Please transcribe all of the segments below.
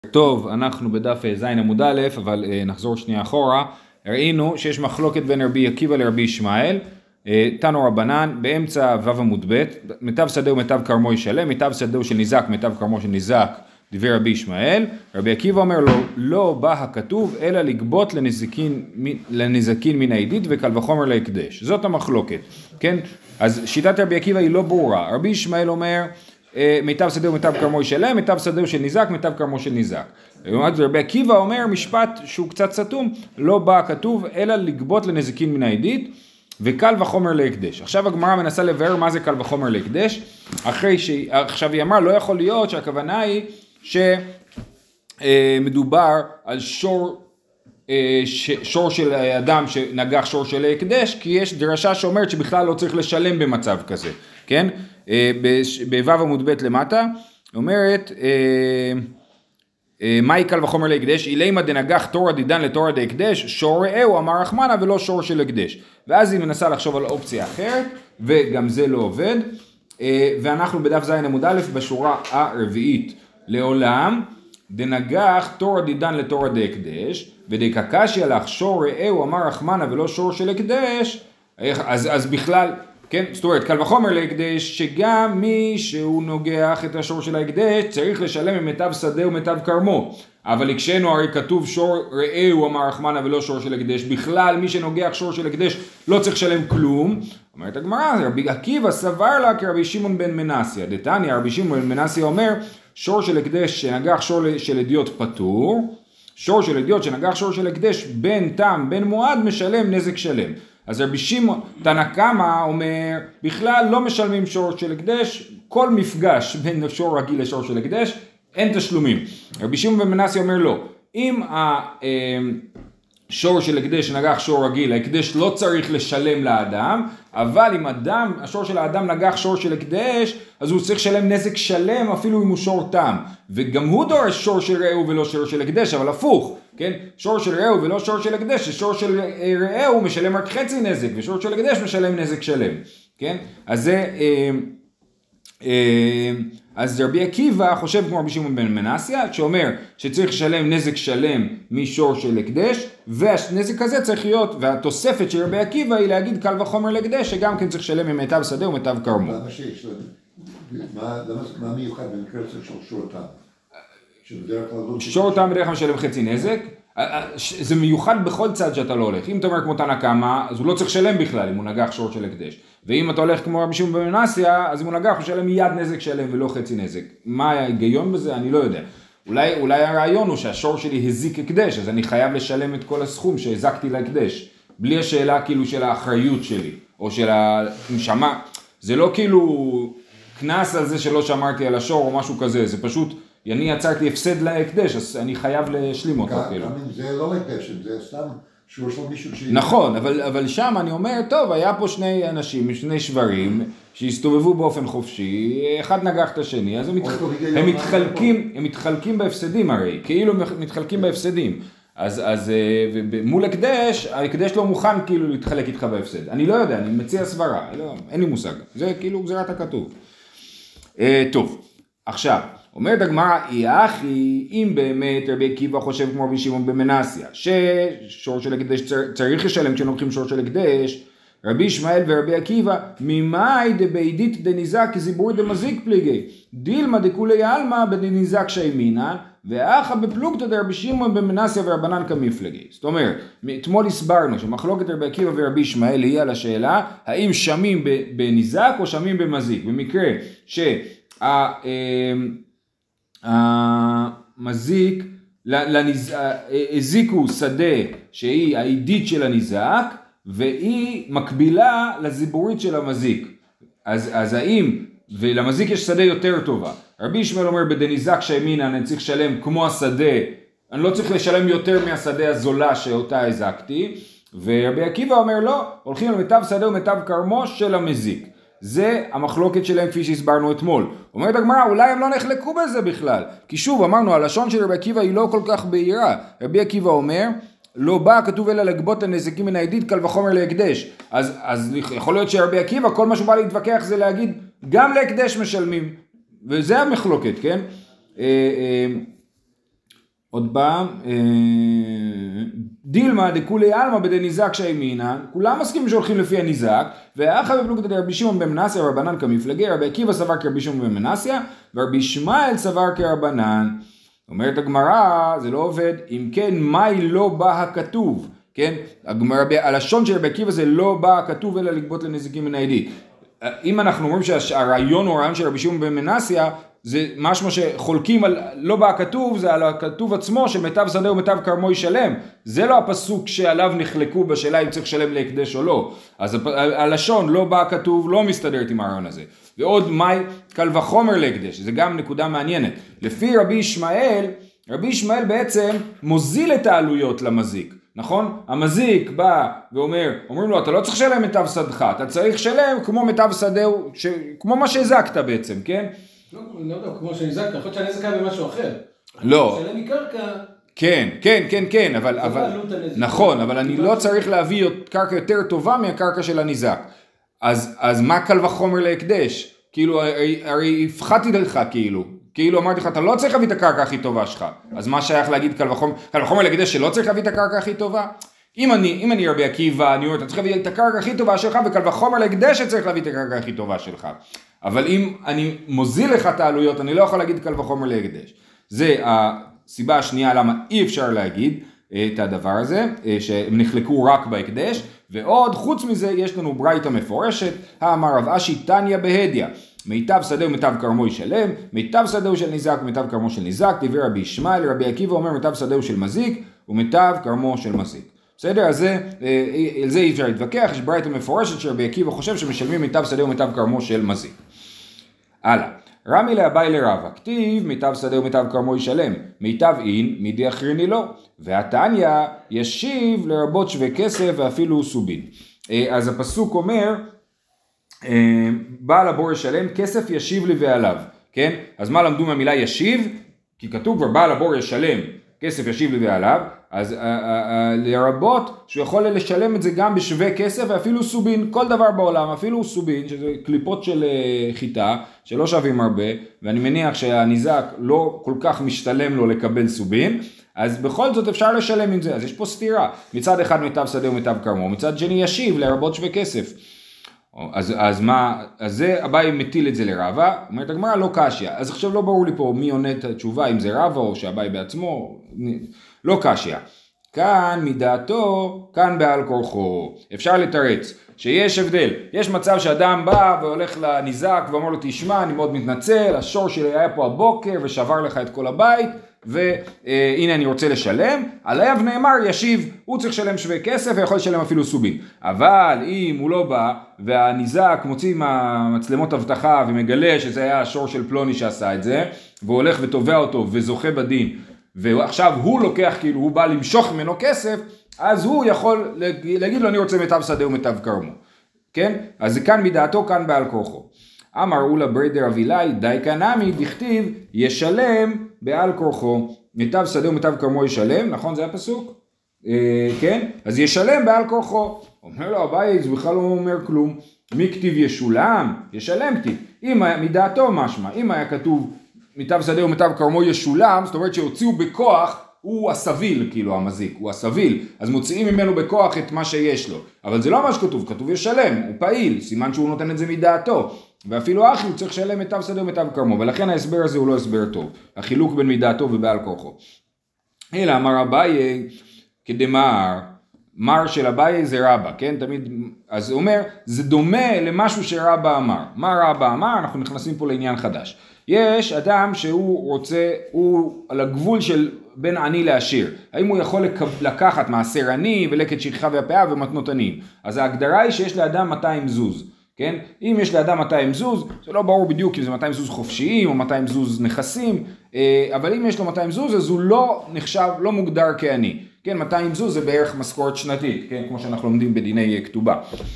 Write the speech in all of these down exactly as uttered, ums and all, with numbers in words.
טוב, אנחנו בדף ז' עמוד א', אבל אה, נחזור שנייה אחורה. ראינו שיש מחלוקת בין רבי עקיבא לרבי ישמעאל, אה, תנו רבנן, באמצע ו' עמוד ב', מיטב שדהו מיטב כרמו ישלם, מיטב שדהו של ניזק, מיטב כרמו של ניזק, דבר רבי ישמעאל. רבי עקיבא אומר לו, לא בא הכתוב אלא לגבות לנזקין, לנזקין מן העדית וקל וחומר להקדש. זאת המחלוקת, כן? אז שיטת רבי עקיבא היא לא ברורה. רבי ישמעאל אומר, מיטב שדהו מיטב כרמו ישלם, מיטב שדהו של ניזק, מיטב כרמו של ניזק. רבי עקיבא אומר משפט שהוא קצת סתום, לא בא כתוב אלא לגבות לנזיקין מן העדית וקל וחומר להקדש. עכשיו הגמרא מנסה לבאר מה זה קל וחומר להקדש, אחרי שעכשיו היא אמרה לא יכול להיות שהכוונה היא שמדובר על שור, שור של אדם שנגח שור של ההקדש, כי יש דרשה שאומרת שבכלל לא צריך לשלם במצב כזה, כן? בו' עמוד ב' למטה, אומרת, מהי קל וחומר להקדש? אילימה דנגח תורא דידן לתורא דהקדש, שור רעהו אמר רחמנא ולא שור של הקדש. ואז היא מנסה לחשוב על אופציה אחרת, וגם זה לא עובד, ואנחנו בדף ז' עמוד א' בשורה הרביעית, לעולם דנגח תורא דידן לתורא דהקדש, ודקקשיא לך שור רעהו אמר רחמנא ולא שור של הקדש, אז, אז בכלל, כן, זאת אומרת, קל וחומר להקדש, שגם מי שהוא נוגח את השור של ההקדש, צריך לשלם ממיטב שדה ומיטב כרמו. אבל הקשנו הרי כתוב שור רעהו אמר רחמנא ולא שור של הקדש, בכלל מי שנוגח שור של הקדש לא צריך לשלם כלום. אומרת הגמרא, רבי עקיבא סבר לה כרבי שמעון בן מנסיה. דתניא, רבי שמעון בן מנסיה אומר, שור של הקדש שנגח שור של אדיוט פטור, שור של אדיוט שנגח שור של הקדש בין תם בין מועד משלם נזק שלם. אז רבי שמעון תנא קמא אומר, בכלל לא משלמים שור של הקדש, כל מפגש בין שור רגיל לשור של הקדש, אין תשלומים. רבי שמעון בן מנסיה אומר לא, אם השור של הקדש שנגח שור רגיל, ההקדש לא צריך לשלם לאדם, אבל אם אדם, השור של האדם נגח שור של הקדש, אז הוא צריך לשלם נזק שלם אפילו אם הוא שור תם, וגם הוא דורש שור של רעהו ולא שור של הקדש, אבל הפוך, כן? שור של רעהו ולא שור של הקדש, ששור של רעהו משלם רק חצי נזק, ושור של הקדש משלם נזק שלם, כן? אז זה, אה, אה, אז רבי עקיבא חושב כמו רבי שמעון בן מנסיה, שאומר שצריך לשלם נזק שלם משור של הקדש, והנזק הזה צריך להיות, והתוספת של רבי עקיבא היא להגיד קל וחומר להקדש, שגם כן צריך לשלם ממיטב שדה ומיטב כרמו. למה שיש, מה מיוחד במקרה של שור תם? שור תם בדרך כלל משלם חצי נזק, זה מיוחד בכל צד שאתה לא הולך. אם אתה אומר כמו תנא קמא, אז הוא לא צריך לשלם בכלל אם הוא נגח שור של הקדש. ואם אתה הולך כמו רבי שמעון בן מנסיה, אז אם הוא נגח הוא משלם מיד נזק שלם ולא חצי נזק. מה ההיגיון בזה? אני לא יודע. אולי, אולי הרעיון הוא שהשור שלי הזיק הקדש, אז אני חייב לשלם את כל הסכום שהזקתי להקדש, בלי השאלה כאילו של האחריות שלי, או של השמה. זה לא כאילו כנס על זה שלא שמרתי על השור או משהו כזה, זה פשוט אני יצרתי הפסד להקדש, אז אני חייב להשלים אותו. זה לא הקדש, זה סתם שור של מישהו ש... נכון, אבל, אבל שם אני אומר, טוב, היה פה שני אנשים, שני שברים, שהסתובבו באופן חופשי, אחד נגח את השני, אז הם, מתח... הם, מתחלקים, הם מתחלקים בהפסדים הרי, כאילו מתחלקים בהפסדים. אז, אז מול הקדש, הקדש לא מוכן כאילו להתחלק איתך בהפסד. אני לא יודע, אני מציע סברה, לא, אין לי מושג. זה כאילו גזירת הכתוב. טוב, עכשיו, אומרת הגמרא, אי אחי, אם באמת רבי עקיבא חושב כמו רבי שמעון בן מנסיה, ששור של הקדש צריך לשלם כשנוקחים שור של הקדש, רבי ישמעאל ורבי עקיבא, ממאי דבעידית דניזק כזיבורי דמזיק פליגי, דילמה דכולי עלמא בדניזק שיימינן, ואחא בפלוגתא דרבי שמעון בן מנסיה ורבנן כמפלגי. זאת אומרת, אתמול הסברנו שמחלוקת רבי עקיבא ורבי ישמעאל היא על השאלה, האם שמים בניזק או שמים במזיק, במקרה שה... המזיק, הזיקו שדה שהיא העידית של הניזק, והיא מקבילה לזיבורית של המזיק. אז, אז האם, ולמזיק יש שדה יותר טובה. רבי ישמעאל אומר, בדניזק שיימינן אני צריך לשלם כמו השדה, אני לא צריך לשלם יותר מהשדה הזולה שאותה הזקתי, ורבי עקיבא אומר, לא, הולכים למיטב שדה ומיטב כרמו של המזיק. זה המחלוקת שלהם כפי שהסברנו אתמול. אומרת הגמרא, אולי הם לא נחלקו בזה בכלל. כי שוב, אמרנו, הלשון של רבי עקיבא היא לא כל כך בהירה. רבי עקיבא אומר, לא בא כתוב אלא לגבות הנזקים מן העדית קל וחומר להקדש. אז, אז יכול להיות שרבי עקיבא, כל מה שהוא בא להתווכח זה להגיד, גם להקדש משלמים. וזה המחלוקת, כן? עוד פעם, דילמה דכולי עלמא בדי ניזק שהאמינן, כולם מסכימים שהולכים לפי הניזק, ואחר בפלוגתא דרבי שמעון בן מנסיה רבנן כמפלגי, רבי עקיבא סבר כרבי שמעון בן מנסיה, ורבי ישמעאל סבר כרבנן. אומרת הגמרא, זה לא עובד, אם כן, מהי לא בא הכתוב? כן, הלשון של רבי עקיבא זה לא בא הכתוב אלא לגבות לנזיקים מן הידי. אם אנחנו אומרים שהרעיון הוא הרעיון של רבי שמעון בן מנסיה, זה משהו שחולקים על, לא בא הכתוב, זה על הכתוב עצמו שמיטב שדה ומיטב כרמו ישלם. זה לא הפסוק שעליו נחלקו בשאלה אם צריך לשלם להקדש או לא. אז הלשון לא בא הכתוב, לא מסתדרת עם הרעיון הזה. ועוד מאי קל וחומר להקדש, זה גם נקודה מעניינת. לפי רבי ישמעאל, רבי ישמעאל בעצם מוזיל את העלויות למזיק. נכון? המזיק בא ואומר, אומרים לו, אתה לא צריך לשלם מיטב שדך, אתה צריך לשלם כמו מיטב שדהו, ש... כמו מה שהזקת בעצם, כן? לא, לא יודע, כמו שהזקת, יכול להיות שהנזק היה במשהו אחר. לא. שלם מקרקע. כן, כן, כן, כן, אבל, אבל, נכון, אבל אני לא צריך להביא קרקע יותר טובה מהקרקע של הניזק. אז, אז מה קל וחומר להקדש? כאילו, הרי, הרי הפחתי לך כאילו. כאילו אמרתי לך, אתה לא צריך להביא את הקרקע הכי טובה שלך. אז מה שייך להגיד קל וחומר? קל וחומר להקדש שלא צריך להביא את הקרקע הכי טובה? אם אני, אם אני רבי עקיבא, אני אומר, אתה צריך להביא את הקרקע הכי טובה שלך, וקל וחומר להקדש שצריך להביא את הקרקע הכי טובה שלך. אבל אם אני מוזיל לך את העלויות, אני לא יכול להגיד קל וחומר להקדש. זה הסיבה השנייה למה אי אפשר להגיד את הדבר הזה, שהם נחלקו רק בהקדש, ועוד חוץ מזה יש לנו ברייתא מפורשת, האמר רב אשי תניא בהדיא, מיטב שדה ומיטב כרמו ישלם, מיטב שדה של ניזק ומיטב כרמו של ניזק, דברי רבי ישמעאל, רבי עקיבא אומר מיטב שדה של מזיק ומיטב כרמו של מזיק. בסדר? אז זה, על זה אי אפשר להתווכח, יש ברייתא מפורשת שרבי עקיבא חושב שמשלמים מיטב שדה ומיטב כרמו של מזיק. הלאה. רמי לאביי לרבא, כתיב מיטב שדה ומיטב כרמו ישלם, מיטב אין מידי אחריני לא, והתניא ישיב לרבות שווה כסף ואפילו סובין. אז הפסוק אומר, בעל הבור ישלם, כסף ישיב לי ועליו, כן? אז מה למדו מהמילה ישיב? כי כתוב כבר בעל הבור ישלם, כסף ישיב לי ועליו, אז לרבות שהוא יכול לשלם את זה גם בשווה כסף ואפילו סובין, כל דבר בעולם, אפילו סובין, שזה קליפות של חיטה, שלא שווים הרבה, ואני מניח שהניזק לא כל כך משתלם לו לקבל סובין, אז בכל זאת אפשר לשלם עם זה, אז יש פה סתירה, מצד אחד מיטב שדה ומיטב כרמו, מצד שני ישיב לרבות שווה כסף. אז, אז מה, אז זה, אביי מטיל את זה לרבא, אומרת הגמרא לא קשיא, אז עכשיו לא ברור לי פה מי עונה את התשובה, אם זה רבא או שאביי בעצמו, לא קשיא. כאן מדעתו, כאן בעל כורחו, אפשר לתרץ שיש הבדל, יש מצב שאדם בא והולך לניזק ואומר לו תשמע אני מאוד מתנצל, השור שלי היה פה הבוקר ושבר לך את כל הבית, והנה אני רוצה לשלם, עליו נאמר ישיב, הוא צריך לשלם שווה כסף ויכול לשלם אפילו סובין, אבל אם הוא לא בא והניזק מוציא מהמצלמות אבטחה ומגלה שזה היה השור של פלוני שעשה את זה, והוא הולך ותובע אותו וזוכה בדין, ועכשיו הוא לוקח כאילו הוא בא למשוך ממנו כסף, אז הוא יכול להגיד לו אני רוצה מיטב שדה ומיטב כרמו, כן? אז זה כאן מדעתו, כאן בעל כורחו. אמר אולה ברדר אבילי, די כנמי, דכתיב, ישלם בעל כורחו, מיטב שדה ומיטב כרמו ישלם, נכון זה הפסוק? אה, כן? אז ישלם בעל כורחו. אומר לו אביי, זה בכלל לא אומר כלום, מי כתיב ישולם? ישלם כתיב. אם היה מדעתו משמע, אם היה כתוב מיטב שדה ומיטב כרמו ישולם, זאת אומרת שהוציאו בכוח, הוא הסביל, כאילו המזיק, הוא הסביל, אז מוציאים ממנו בכוח את מה שיש לו, אבל זה לא מה שכתוב, כתוב ישלם, הוא פעיל, סימן שהוא נותן את זה מדעתו, ואפילו אחי הוא צריך לשלם מיטב שדה ומיטב כרמו, ולכן ההסבר הזה הוא לא הסבר טוב, החילוק בין מדעתו ובעל כורחו. אלא אמר אביי, כדמר, מר של אביי זה רבא, כן, תמיד, אז הוא אומר, זה דומה למשהו שרבא אמר, מה רבא אמר, אנחנו נכנסים פה לעניין חדש. יש אדם שהוא רוצה, הוא על הגבול של בין עני לעשיר. האם הוא יכול לקחת מעשר עני ולקט שכחה והפאה ומתנות עניים? אז ההגדרה היא שיש לאדם מאתיים זוז. כן? אם יש לאדם מאתיים זוז, זה לא ברור בדיוק אם זה מאתיים זוז חופשיים או מאתיים זוז נכסים, אבל אם יש לו מאתיים זוז אז הוא לא נחשב, לא מוגדר כעני. כן, מאתיים זוז זה בערך משכורת שנתית, כן? כמו שאנחנו לומדים בדיני כתובה.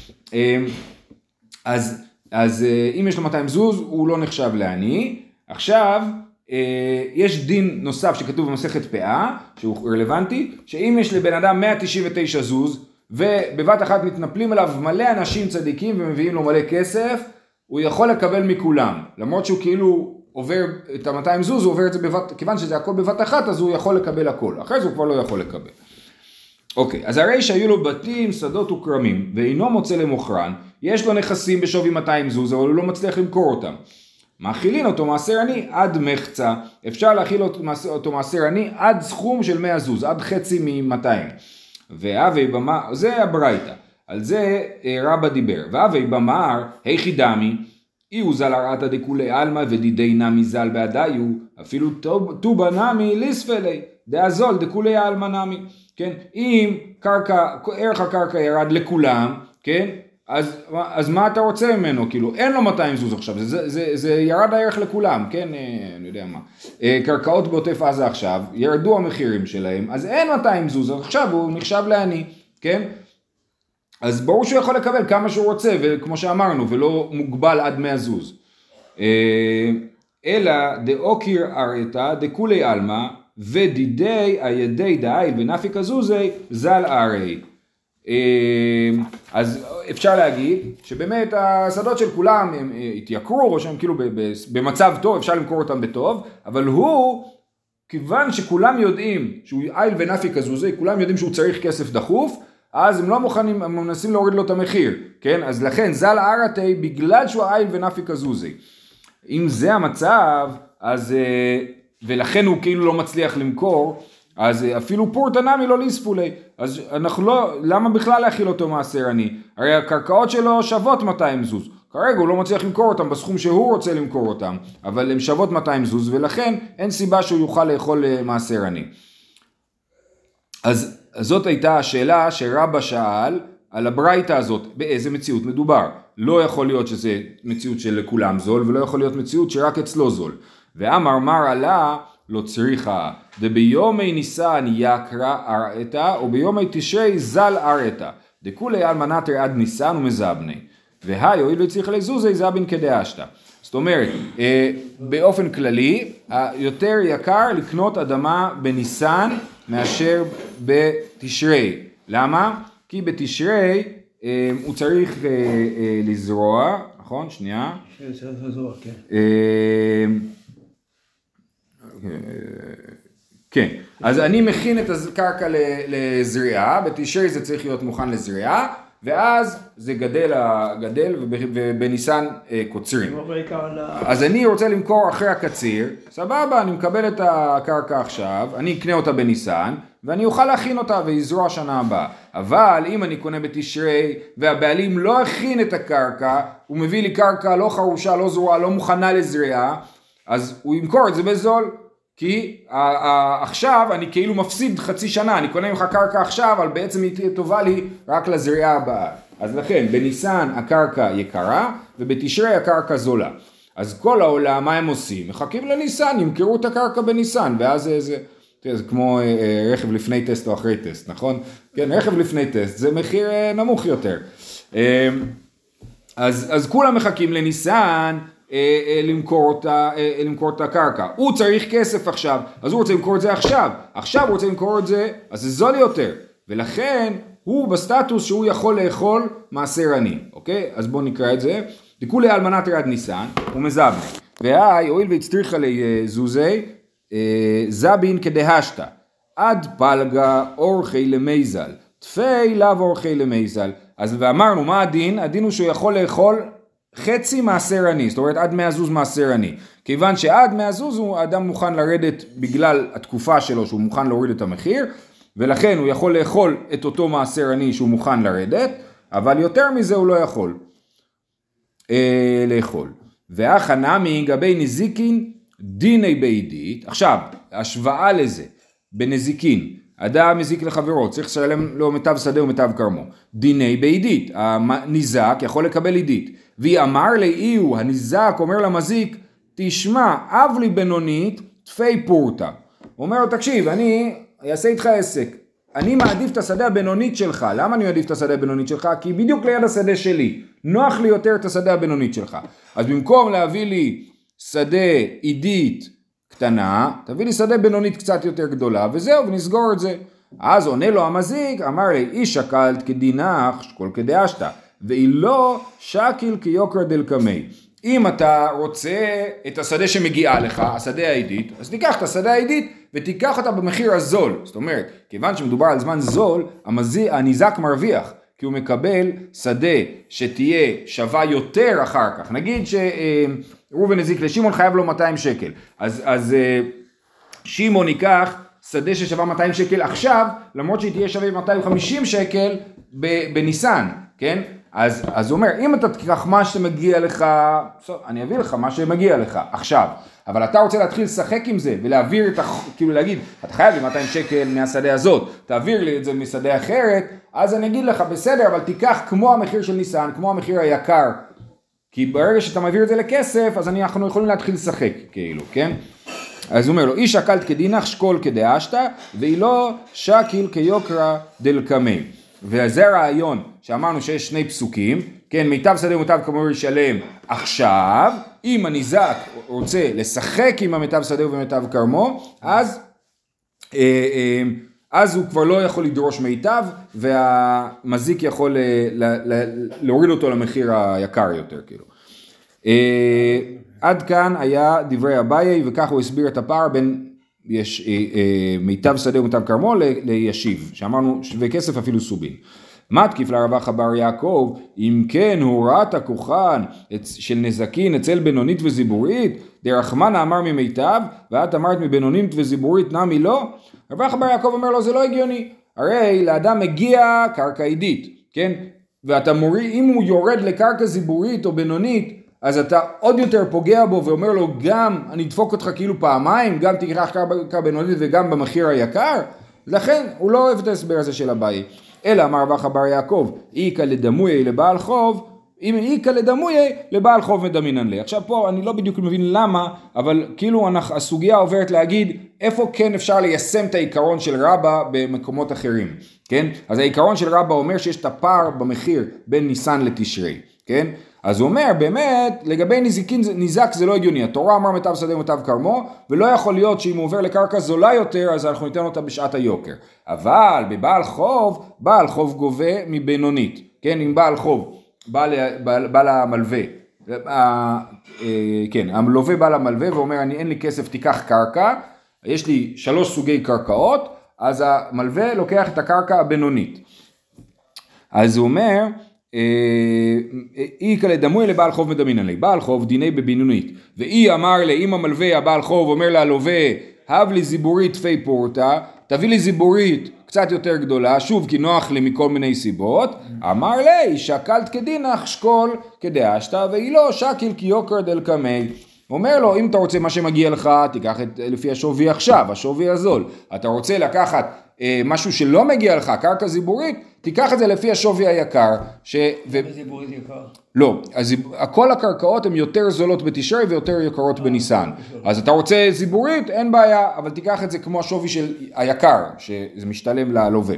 אז, אז אם יש לו מאתיים זוז הוא לא נחשב לעני. עכשיו, יש דין נוסף שכתוב במסכת פאה, שהוא רלוונטי, שאם יש לבן אדם מאה תשעים ותשע זוז, ובבת אחת מתנפלים עליו מלא אנשים צדיקים ומביאים לו מלא כסף, הוא יכול לקבל מכולם, למרות שהוא כאילו עובר את ה-מאתיים זוז, הוא עובר את זה בבת, כיוון שזה הכל בבת אחת, אז הוא יכול לקבל הכל, אחרי זה הוא כבר לא יכול לקבל. אוקיי, אז הרי שהיו לו בתים, שדות וכרמים, ואינו מוצא למוכרן, יש לו נכסים בשווי מאתיים זוז, אבל הוא לא מצליח למכור אותם. מאכילין אותו מעשר עני עד מחצה, אפשר להאכיל אותו מעשר עני עד סכום של מאה זוז, עד חצי מ-מאתיים. ואבי במה, זה הברייתא, על זה רבא דיבר, ואבי במאר, היכי דמי, אי הוא זל הרעתא דכולי עלמא ודידי נמי זל בעדיו, אפילו טובה נמי ליספלי, דאזול דכולי עלמא נמי, כן, אם קרקע, ערך הקרקע ירד לכולם, כן, אז, אז מה אתה רוצה ממנו? כאילו, אין לו מאתיים זוז עכשיו, זה, זה, זה, זה ירד הערך לכולם, כן, אני יודע מה. קרקעות בעוטף עזה עכשיו, ירדו המחירים שלהם, אז אין מאתיים זוז, עכשיו הוא נחשב לעני, כן? אז ברור שהוא יכול לקבל כמה שהוא רוצה, וכמו שאמרנו, ולא מוגבל עד מאה זוז. אלא דאוקיר ארתא דכולי עלמא, ודידי הידי דאיל ונפיק הזוזי זל ארי. אז אפשר להגיד שבאמת השדות של כולם הם התייקרו, או שהם כאילו במצב טוב, אפשר למכור אותם בטוב, אבל הוא, כיוון שכולם יודעים שהוא איל ונפיק הזוזי, כולם יודעים שהוא צריך כסף דחוף, אז הם לא מוכנים, הם מנסים להוריד לו את המחיר, כן? אז לכן זל ארתי בגלל שהוא איל ונפיק הזוזי. אם זה המצב, אז, ולכן הוא כאילו לא מצליח למכור, אז אפילו פורטה נמי לא ליספולי, אז אנחנו לא, למה בכלל להכיל אותו מעשר עני? הרי הקרקעות שלו שוות מאתיים זוז, כרגע הוא לא מצליח למכור אותם בסכום שהוא רוצה למכור אותם, אבל הן שוות מאתיים זוז, ולכן אין סיבה שהוא יוכל לאכול מעשר עני. אז זאת הייתה השאלה שרבא שאל על הברייתא הזאת, באיזה מציאות מדובר. לא יכול להיות שזה מציאות של כולם זול, ולא יכול להיות מציאות שרק אצלו זול. ואמר מר עלה, לא צריכה, דביומי ניסן יקרא ארעתה, או ביומי תשרי זל ארעתה, דכולי על מנתר עד ניסן ומזבני, והי הואיל וצריך לזוזי זבין כדאשתא. זאת אומרת, באופן כללי, יותר יקר לקנות אדמה בניסן מאשר בתשרי. למה? כי בתשרי הוא צריך לזרוע, נכון? שנייה. צריך לזרוע, כן. כן, אז אני מכין את הקרקע לזריעה, בתשרי זה צריך להיות מוכן לזריעה, ואז זה גדל, גדל ובניסן קוצרים. אז אני רוצה למכור אחרי הקציר, סבבה, אני מקבל את הקרקע עכשיו, אני אקנה אותה בניסן, ואני אוכל להכין אותה ויזרוע שנה הבאה. אבל אם אני קונה בתשרי, והבעלים לא הכין את הקרקע, הוא מביא לי קרקע לא חרושה, לא זרועה, לא מוכנה לזריעה, אז הוא ימכור את זה בזול. כי עכשיו אני כאילו מפסיד חצי שנה, אני קונה ממך קרקע עכשיו, אבל בעצם היא תהיה טובה לי רק לזריעה הבאה. אז לכן, בניסן הקרקע יקרה, ובתשרי הקרקע זולה. אז כל העולם, מה הם עושים? מחכים לניסן, ימכרו את הקרקע בניסן, ואז זה, זה, זה כמו אה, רכב לפני טסט או אחרי טסט, נכון? כן, רכב לפני טסט, זה מחיר אה, נמוך יותר. אה, אז, אז כולם מחכים לניסן, למכור אותה, למכור את הקרקע. הוא צריך כסף עכשיו, אז הוא רוצה למכור את זה עכשיו. עכשיו הוא רוצה למכור את זה, אז זה זול יותר. ולכן הוא בסטטוס שהוא יכול לאכול מעשר עני. אוקיי? אז בואו נקרא את זה. דכולי על מנתר עד ניסן, הוא מזבני. והי, הואיל והצטריכה לזוזי, זבין כדהשתא. עד פלגה אורחי למייזל. תפי לאו אורחי למייזל. אז ואמרנו, מה הדין? הדין הוא שהוא יכול לאכול חצי מעשר עני, זאת אומרת עד מאה זוז מעשר עני. כיוון שעד מאה זוז הוא אדם מוכן לרדת בגלל התקופה שלו שהוא מוכן להוריד את המחיר, ולכן הוא יכול לאכול את אותו מעשר עני שהוא מוכן לרדת, אבל יותר מזה הוא לא יכול אה, לאכול. והחנמי גבי נזיקין דיני בעידית. עכשיו, השוואה לזה בנזיקין, אדם מזיק לחברו, צריך לשלם לו מיטב שדה ומיטב כרמו. דיני בעידית, הניזק יכול לקבל עידית. והיא אמר לי, הוא הניזק אומר למזיק, תשמע, אב לי בינונית, תפי פורטה. הוא אומר לו, תקשיב, אני אעשה איתך עסק. אני מעדיף את השדה הבינונית שלך. למה אני מעדיף את השדה הבינונית שלך? כי בדיוק ליד השדה שלי. נוח לי יותר את השדה הבינונית שלך. אז במקום להביא לי שדה עידית קטנה, תביא לי שדה בינונית קצת יותר גדולה, וזהו, ונסגור את זה. אז עונה לו המזיק, אמר לי, איש שקלת כדינך, כל כדאשתא. ואילו שקיל כיוקר דל קמי. אם אתה רוצה את השדה שמגיעה לך, השדה העידית, אז תיקח את השדה העידית ותיקח אותה במחיר הזול. זאת אומרת, כיוון שמדובר על זמן זול, המזי, הניזק מרוויח, כי הוא מקבל שדה שתהיה שווה יותר אחר כך. נגיד שראובן הזיק לשמעון חייב לו מאתיים שקל, אז, אז שמעון ייקח שדה ששווה מאתיים שקל עכשיו, למרות שהיא תהיה שווה מאתיים וחמישים שקל בניסן, כן? אז, אז הוא אומר, אם אתה תיקח מה שמגיע לך, אני אביא לך מה שמגיע לך עכשיו, אבל אתה רוצה להתחיל לשחק עם זה, ולהעביר את, כאילו להגיד, אתה חייב לי מאתיים שקל מהשדה הזאת, תעביר לי את זה משדה אחרת, אז אני אגיד לך, בסדר, אבל תיקח כמו המחיר של ניסן, כמו המחיר היקר, כי ברגע שאתה מעביר את זה לכסף, אז אנחנו יכולים להתחיל לשחק, כאילו, כן? אז הוא אומר לו, איש שקלת כדינך שקול כדאשתא, והיא לא שקיל כיוקרא דלקמי. וזה הרעיון שאמרנו שיש שני פסוקים, כן, מיטב שדה ומיטב כרמו ישלם עכשיו, אם הניזק רוצה לשחק עם המיטב שדה ומיטב כרמו, אז, אז הוא כבר לא יכול לדרוש מיטב, והמזיק יכול להוריד אותו למחיר היקר יותר, כאילו. עד כאן היה דברי אביי, וכך הוא הסביר את הפער בין יש, אה, אה, מיטב שדה ומיטב כרמו ל, לישיב, שאמרנו שווה כסף אפילו סובין. מתקיף לרווח בר יעקב, אם כן הוראת הכוחן של נזקין אצל בינונית וזיבורית, דרחמנה אמר ממיטב, ואת אמרת מבינונית וזיבורית נמי לא, רווח בר יעקב אומר לו זה לא הגיוני, הרי לאדם מגיע קרקע עידית, כן? ואתה מוריד, אם הוא יורד לקרקע זיבורית או בינונית, אז אתה עוד יותר פוגע בו ואומר לו גם אני אדפוק אותך כאילו פעמיים, גם תקרח קרקע בינונית וגם במחיר היקר, לכן הוא לא אוהב את ההסבר הזה של אביי. אלא אמר רבח בר יעקב, איקא לדמויה לבעל חוב, אם איקא לדמויה לבעל חוב מדמינן לי. עכשיו פה אני לא בדיוק מבין למה, אבל כאילו הסוגיה עוברת להגיד איפה כן אפשר ליישם את העיקרון של רבא במקומות אחרים, כן? אז העיקרון של רבא אומר שיש את הפער במחיר בין ניסן לתשרי, כן? אז הוא אומר, באמת, לגבי נזיקין, ניזק זה לא הגיוני. התורה אמר מיטב שדה ומיטב כרמו, ולא יכול להיות שאם הוא עובר לקרקע זולה יותר, אז אנחנו ניתן אותה בשעת היוקר. אבל בבעל חוב, בעל חוב גובה מבינונית. כן, אם בעל חוב, בא למלווה, כן, המלווה בא למלווה ואומר, אני אין לי כסף, תיקח קרקע, יש לי שלוש סוגי קרקעות, אז המלווה לוקח את הקרקע הבינונית. אז הוא אומר, אי כאלה דמוי לבעל חוב מדמינן לי, בעל חוב דיני בבינונית, ואי אמר לי, אם המלווה הבעל חוב אומר להלווה, הב לי זיבורית תפי פורטה, תביא לי זיבורית קצת יותר גדולה, שוב כי נוח לי מכל מיני סיבות, אמר לי, שקלת כדינך שקול כדאשתא, והיא לא שקיל כיוקר דלקמי. אומר לו, אם אתה רוצה מה שמגיע לך, תיקח את, לפי השווי עכשיו, השווי הזול. אתה רוצה לקחת אה, משהו שלא מגיע לך, קרקע זיבורית, תיקח את זה לפי השווי היקר. ש... ו... זיבורית יקר? לא, אז כל הקרקעות הן יותר זולות בתשרי ויותר יקרות בניסן. אז אתה רוצה זיבורית, אין בעיה, אבל תיקח את זה כמו השווי של היקר, שזה משתלם ללווה.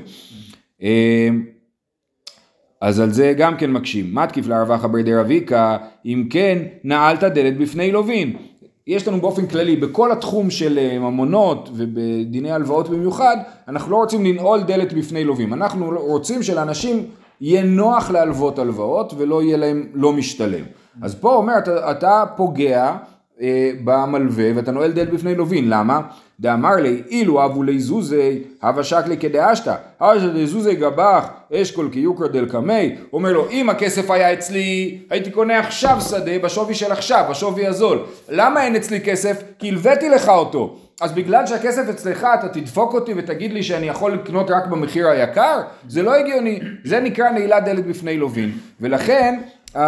אז על זה גם כן מקשים. מתקיף לרווח ברדי רביקה, אם כן נעלת דלת בפני לווין. יש לנו באופן כללי, בכל התחום של ממונות ובדיני הלוואות במיוחד, אנחנו לא רוצים לנעול דלת בפני לווים. אנחנו רוצים שלאנשים יהיה נוח להלוות הלוואות ולא יהיה להם לא משתלם. אז פה אומר, אתה, אתה פוגע אה, במלווה ואתה נועל דלת בפני לווין. למה? דאמר לי, אילו אבו לי זוזי, הווה שקלי כדאשתא, הווה שקלי זוזי גבח, אשכול כיוקרא דלקמי. אומר לו, אם הכסף היה אצלי, הייתי קונה עכשיו שדה בשווי של עכשיו, בשווי הזול. למה אין אצלי כסף? כי הלוויתי לך אותו. אז בגלל שהכסף אצלך אתה תדפוק אותי ותגיד לי שאני יכול לקנות רק במחיר היקר? זה לא הגיוני. זה נקרא נעילת דלת בפני לווין. ולכן,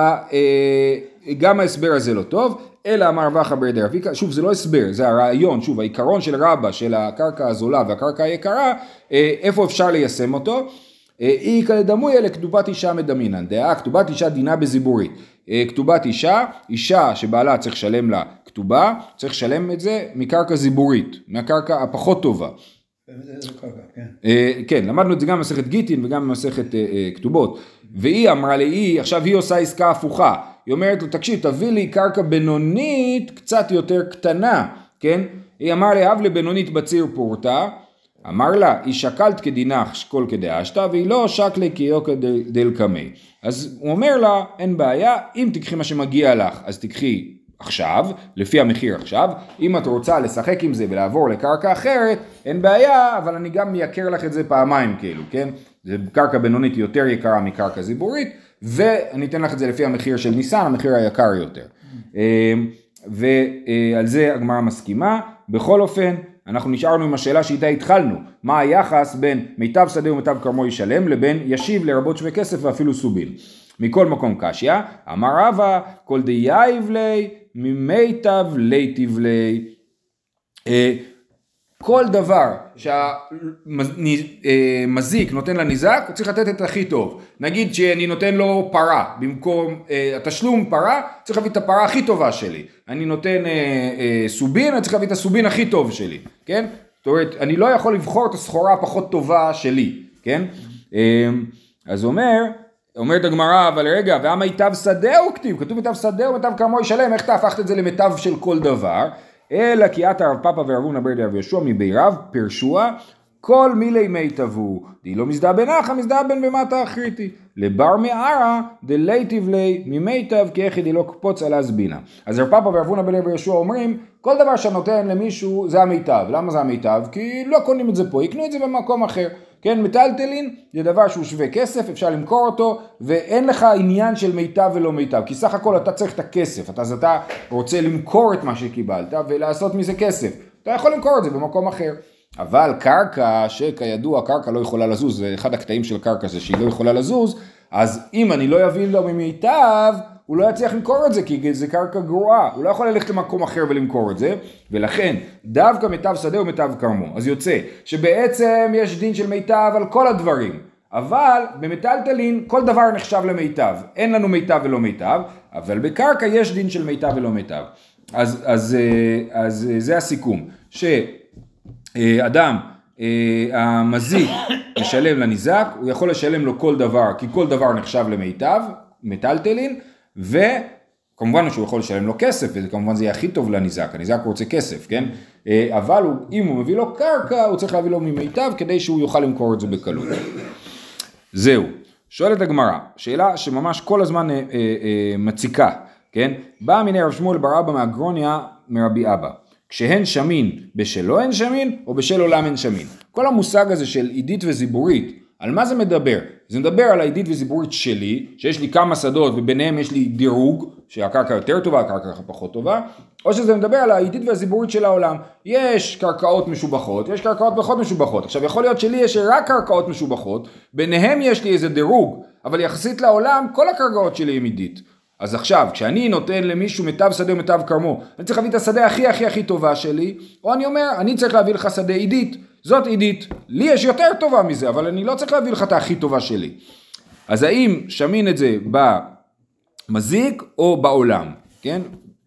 גם ההסבר הזה לא טוב. אלא אמר רבח ברדי רביקה, שוב זה לא הסבר, זה הרעיון, שוב העיקרון של רבא, של הקרקע הזולה והקרקע היקרה, איפה אפשר ליישם אותו? אי כדמויה לכתובת אישה מדמינן, דעה כתובת אישה דינה בזיבורית, כתובת אישה, אישה שבעלה צריך לשלם לה כתובה, צריך לשלם את זה מקרקע זיבורית, מהקרקע הפחות טובה. כן, למדנו את זה גם במסכת גיטין וגם במסכת כתובות, והיא אמרה לי, עכשיו היא עושה עסקה הפוכה, היא אומרת לו, תקשיב, תביא לי קרקע בינונית קצת יותר קטנה, כן? היא אמרה לי, אב לבינונית בציר פורטה, אמר לה, היא שקלת כדינך שקול כדאשתא, והיא לא שקלי קיוקא דלקמי. אז הוא אומר לה, אין בעיה, אם תקחי מה שמגיע לך, אז תקחי עכשיו, לפי המחיר עכשיו, אם את רוצה לשחק עם זה ולעבור לקרקע אחרת, אין בעיה, אבל אני גם מייקר לך את זה פעמיים כאילו, כן? זה קרקע בינונית יותר יקרה מקרקע זיבורית, ואני אתן לך את זה לפי המחיר של ניסן, המחיר היקר יותר. ועל זה הגמרא מסכימה. בכל אופן, אנחנו נשארנו עם השאלה שאיתה התחלנו, מה היחס בין מיטב שדה ומיטב כרמו ישלם, לבין ישיב לרבות שווה כסף ואפילו סובין. מכל מקום קשיא, אמר רבא, כל דייב לי, ממיטב ליטיב לי. כל דבר שהמזיק נותן לניזק, הוא צריך לתת את הכי טוב. נגיד שאני נותן לו פרה, במקום התשלום פרה, צריך להביא את הפרה הכי טובה שלי. אני נותן סובין, אני צריך להביא את הסובין הכי טוב שלי, כן? זאת אומרת, אני לא יכול לבחור את הסחורה הפחות טובה שלי, כן? אז אומר, אומרת הגמרא, אבל רגע, והמיטב שדה הוא כתיב, כתוב מיטב שדה ומיטב כרמו ישלם, איך אתה הפכת את זה למיטב של כל דבר? אלא כי עתה רב פאפא ורב הונא בר דרב יהושע מבי רב פירשוה כל מילי מיטבו די לא מזדהה בנחה מזדהה בן במטה אחריתי לבר מערה דלייטיב לי ממיטב כי איך די לא קפוץ על הזבינה. אז רב פאפא ורב הונא בר דרב יהושע אומרים כל דבר שנותן למישהו זה המיטב. למה זה המיטב? כי לא קונים את זה פה, יקנו את זה במקום אחר. כן, מטלטלין זה דבר שהוא שווה כסף, אפשר למכור אותו, ואין לך עניין של מיטב ולא מיטב, כי סך הכל אתה צריך את הכסף, אתה, אז אתה רוצה למכור את מה שקיבלת ולעשות מזה כסף, אתה יכול למכור את זה במקום אחר. אבל קרקע, שכידוע קרקע לא יכולה לזוז, זה אחד הקטעים של קרקע זה שהיא לא יכולה לזוז, אז אם אני לא אבין לו ממיטב, הוא לא יצליח למכור את זה, כי זה קרקע גרועה, הוא לא יכול ללכת למקום אחר ולמכור את זה, ולכן דווקא מיטב שדה ומיטב כרמו. אז יוצא שבעצם יש דין של מיטב על כל הדברים, אבל במטלטלין כל דבר נחשב למיטב, אין לנו מיטב ולא מיטב, אבל בקרקע יש דין של מיטב ולא מיטב. אז, אז, אז זה הסיכום, שאדם, המזיק משלם לניזק, הוא יכול לשלם לו כל דבר, כי כל דבר נחשב למיטב, מטלטלין, וכמובן שהוא יכול לשלם לו כסף, וכמובן זה יהיה הכי טוב לניזק, הניזק רוצה כסף, כן? אבל הוא, אם הוא מביא לו קרקע, הוא צריך להביא לו ממיטב, כדי שהוא יוכל למכור את זה בקלות. זהו. שואלת הגמרא, שאלה שממש כל הזמן אה, אה, אה, מציקה, כן? בא מיני רב שמואל בר אבא מהגרוניה מרבי אבא. כשהן שמין, בשלו הן שמין, או בשל עולם הן שמין. כל המושג הזה של עידית וזיבורית, על מה זה מדבר? זה מדבר על העידית וזיבורית שלי, שיש לי כמה שדות וביניהם יש לי דירוג, שהקרקע יותר טובה, הקרקע פחות טובה, או שזה מדבר על העידית והזיבורית של העולם. יש קרקעות משובחות, יש קרקעות פחות משובחות. עכשיו יכול להיות שלי יש רק קרקעות משובחות, ביניהם יש לי איזה דירוג, אבל יחסית לעולם כל הקרקעות שלי הם עידית. אז עכשיו, כשאני נותן למישהו מיטב שדה ומיטב כרמו, אני צריך להביא את השדה הכי הכי הכי טובה שלי, או אני אומר, אני צריך להביא לך שדה עידית, זאת עידית, לי יש יותר טובה מזה, אבל אני לא צריך להביא לך את הכי טובה שלי. אז האם שמין את זה במזיק או בעולם, כן?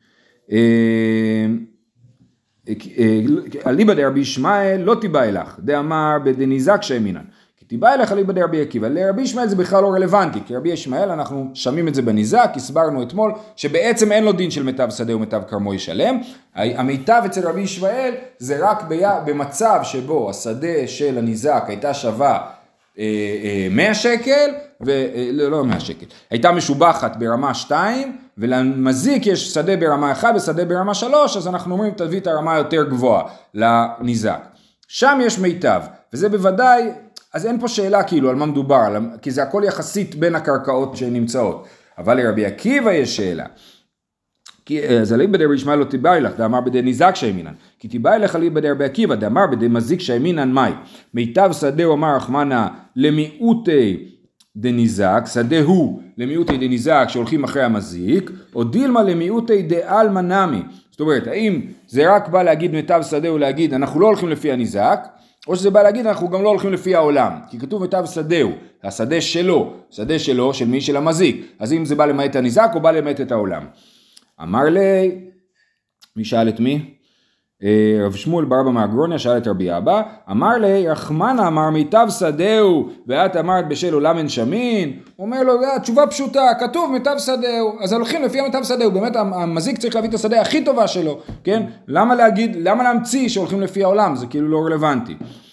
אליבא דרבי ישמעאל לא תיבא אלך, דאמר בדניזק שמינן. תיבא אליך אליבא דרבי עקיבא, לרבי ישמעאל זה בכלל לא רלוונטי, כי רבי ישמעאל אנחנו שמים את זה בניזק, הסברנו אתמול שבעצם אין לו דין של מיטב שדה ומיטב כרמו ישלם, המיטב אצל רבי ישמעאל זה רק במצב שבו השדה של הניזק הייתה שווה מאה שקל, ולא לא מאה שקל, הייתה משובחת ברמה שתיים, ולמזיק יש שדה ברמה אחת ושדה ברמה שלוש, אז אנחנו אומרים תביא את הרמה יותר גבוהה לניזק, שם יש מיטב, וזה בוודאי, אז אין פה שאלה כאילו על מה מדובר, כי זה הכל יחסית בין הקרקעות שנמצאות. אבל לרבי עקיבא יש שאלה. אז אליבא דרבי ישמעאל לא תיבא אלך, דאמר בדי ניזק שמינן. כי תיבא אלך אליבא דרבי עקיבא, דאמר בדי מזיק שמינן מאי. מיטב שדה הוא אמר רחמנא למיעוטי דניזק, שדה הוא למיעוטי דניזק שהולכים אחרי המזיק, או דילמה למיעוטי דעלמא נמי. זאת אומרת, האם זה רק בא להגיד מיטב שדה ולהגיד אנחנו לא הולכים לפי הניזק, או שזה בא להגיד אנחנו גם לא הולכים לפי העולם, כי כתוב מיטב שדהו, השדה שלו, שדה שלו, של מי? של המזיק, אז אם זה בא למעט הניזק או בא למעט את העולם. אמר לי, מי שאל את מי? רב שמואל בר אבא מהגרוניה שאל את רבי אבא, אמר לי, רחמנא אמר מיטב שדהו, ואת אמרת בשל עולם אין שמין, הוא אומר לו, תשובה פשוטה, כתוב מיטב שדהו, אז הולכים לפי מיטב שדהו, באמת המזיק צריך להביא את השדה הכי טובה שלו, כן? למה להגיד, למה להמציא שהולכים לפי העולם, זה כאילו לא רלוונטי.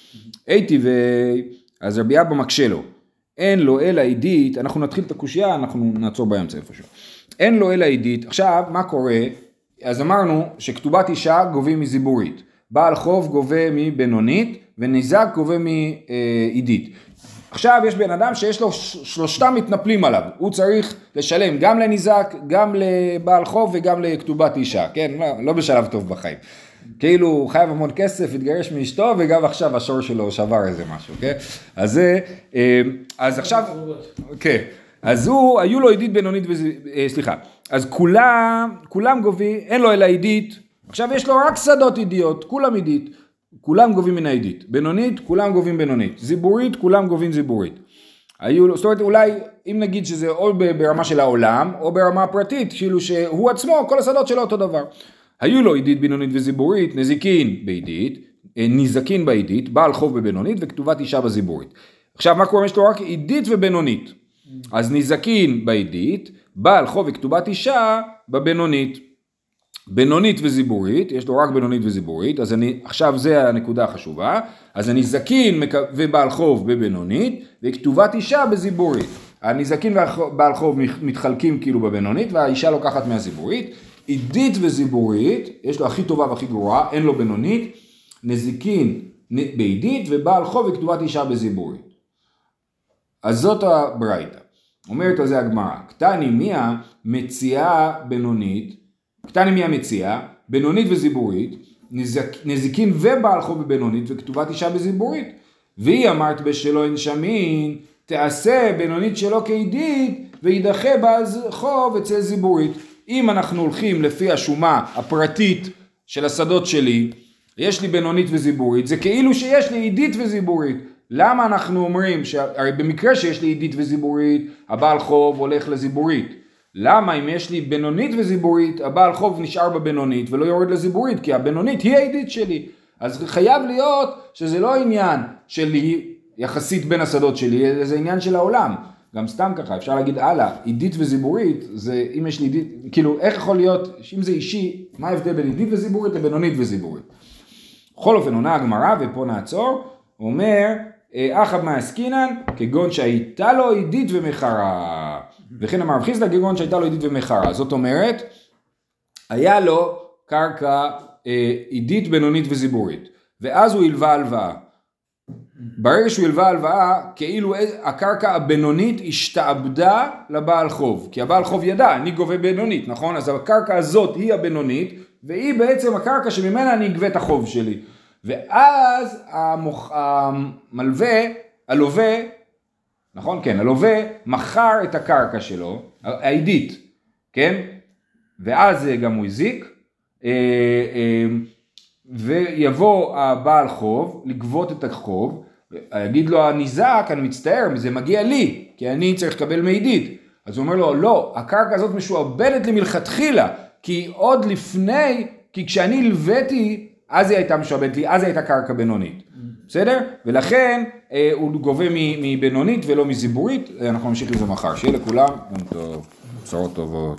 הייתי ו... אז רבי אבא מקשה לו, אין לו אלא עידית, אנחנו נתחיל את הקושייה, אנחנו נעצור באמצע איפשהו. אין לו אלא עידית, עכשיו מה קורה? אז אמרנו שכתובת אישה גובים מזיבורית, בעל חוב גובה מבינונית, וניזק גובה מעידית. עכשיו יש בן אדם שיש לו שלושתם מתנפלים עליו, הוא צריך לשלם גם לניזק, גם לבעל חוב וגם לכתובת אישה, כן? לא, לא בשלב טוב בחיים. כאילו הוא חייב המון כסף, התגרש מאשתו, וגם עכשיו השור שלו שבר איזה משהו, כן? אז זה, אז עכשיו, כן, אז הוא, היו לו עידית בינונית, סליחה, אז כולם, כולם גובים, אין לו אלא עידית, עכשיו יש לו רק שדות עידיות, כולם עידית, כולם גובים מן העידית, בינונית, כולם גובים בינונית, זיבורית, כולם גובים זיבורית. היו, זאת אומרת, אולי, אם נגיד שזה או ברמה של העולם, או ברמה הפרטית, כאילו שהוא עצמו, כל השדות שלו אותו דבר. היו לו עידית בינונית וזיבורית, נזיקין בעידית, ניזקין בעידית, בעל חוב בבינונית וכתובת אישה בזיבורית. עכשיו מה קורה? יש לו רק עידית ובינונית. אז ניזקין בעידית, בעל חוב וכתובת אישה בבינונית. בינונית וזיבורית, יש לו רק בינונית וזיבורית, אז אני, עכשיו זה הנקודה החשובה, אז הניזקין ובעל חוב בבינונית וכתובת אישה בזיבורית. הניזקין ובעל חוב מתחלקים כאילו בבינונית והאישה לוקחת מהזיבורית. עידית וזיבורית, יש לו הכי טובה והכי גרועה, אין לו בינונית, נזיקין בעידית ובעל חוב וכתובת אישה בזיבורית. אז זאת הברייתא. אומרת על זה הגמרא, קטני מיה מציאה בינונית, קטני מיה מציאה, בינונית וזיבורית, נזק, נזיקין ובעל חוב בבינונית וכתובת אישה בזיבורית. והיא אמרת בשלו אין שמין, תעשה בינונית שלו כעידית וידחה בעל חוב אצל זיבורית. אם אנחנו הולכים לפי השומה הפרטית של השדות שלי, יש לי בינונית וזיבורית, זה כאילו שיש לי עידית וזיבורית. למה אנחנו אומרים, הרי במקרה שיש לי עידית וזיבורית, הבעל חוב הולך לזיבורית. למה אם יש לי בינונית וזיבורית, הבעל חוב נשאר בבינונית ולא יורד לזיבורית, כי הבינונית היא העידית שלי. אז חייב להיות שזה לא עניין שלי יחסית בין השדות שלי, זה עניין של העולם. גם סתם ככה, אפשר להגיד, הלאה, עידית וזיבורית, זה אם יש לי עידית, כאילו, איך יכול להיות, אם זה אישי, מה ההבדל בין עידית וזיבורית לבינונית וזיבורית? בכל אופן, עונה הגמרא, ופה נעצור, אומר, אחב מעסקינן, כגון שהייתה לו עידית ומחרה. וכן אמר רב חיסדא, כגון שהייתה לו עידית ומחרה. זאת אומרת, היה לו קרקע עידית, בינונית וזיבורית, ואז הוא הלווה הלוואה. ברגע שהוא הלווה הלוואה, כאילו הקרקע הבינונית השתעבדה לבעל חוב, כי הבעל חוב ידע, אני גובה בינונית, נכון? אז הקרקע הזאת היא הבינונית, והיא בעצם הקרקע שממנה אני אגבה את החוב שלי. ואז המוח, המלווה, הלווה, נכון? כן, הלווה מכר את הקרקע שלו, העידית, כן? ואז גם הוא הזיק, ויבוא הבעל חוב לגבות את החוב, יגיד לו הניזק, אני מצטער, זה מגיע לי, כי אני צריך לקבל מעידית. אז הוא אומר לו, לא, הקרקע הזאת משועבדת לי מלכתחילה, כי עוד לפני, כי כשאני הלוויתי, אז היא הייתה משועבדת לי, אז היא הייתה קרקע בינונית. בסדר? ולכן הוא גובה מבינונית ולא מזיבורית, אנחנו נמשיך לזה מחר. שיהיה לכולם, יום טוב, בשורות טובות.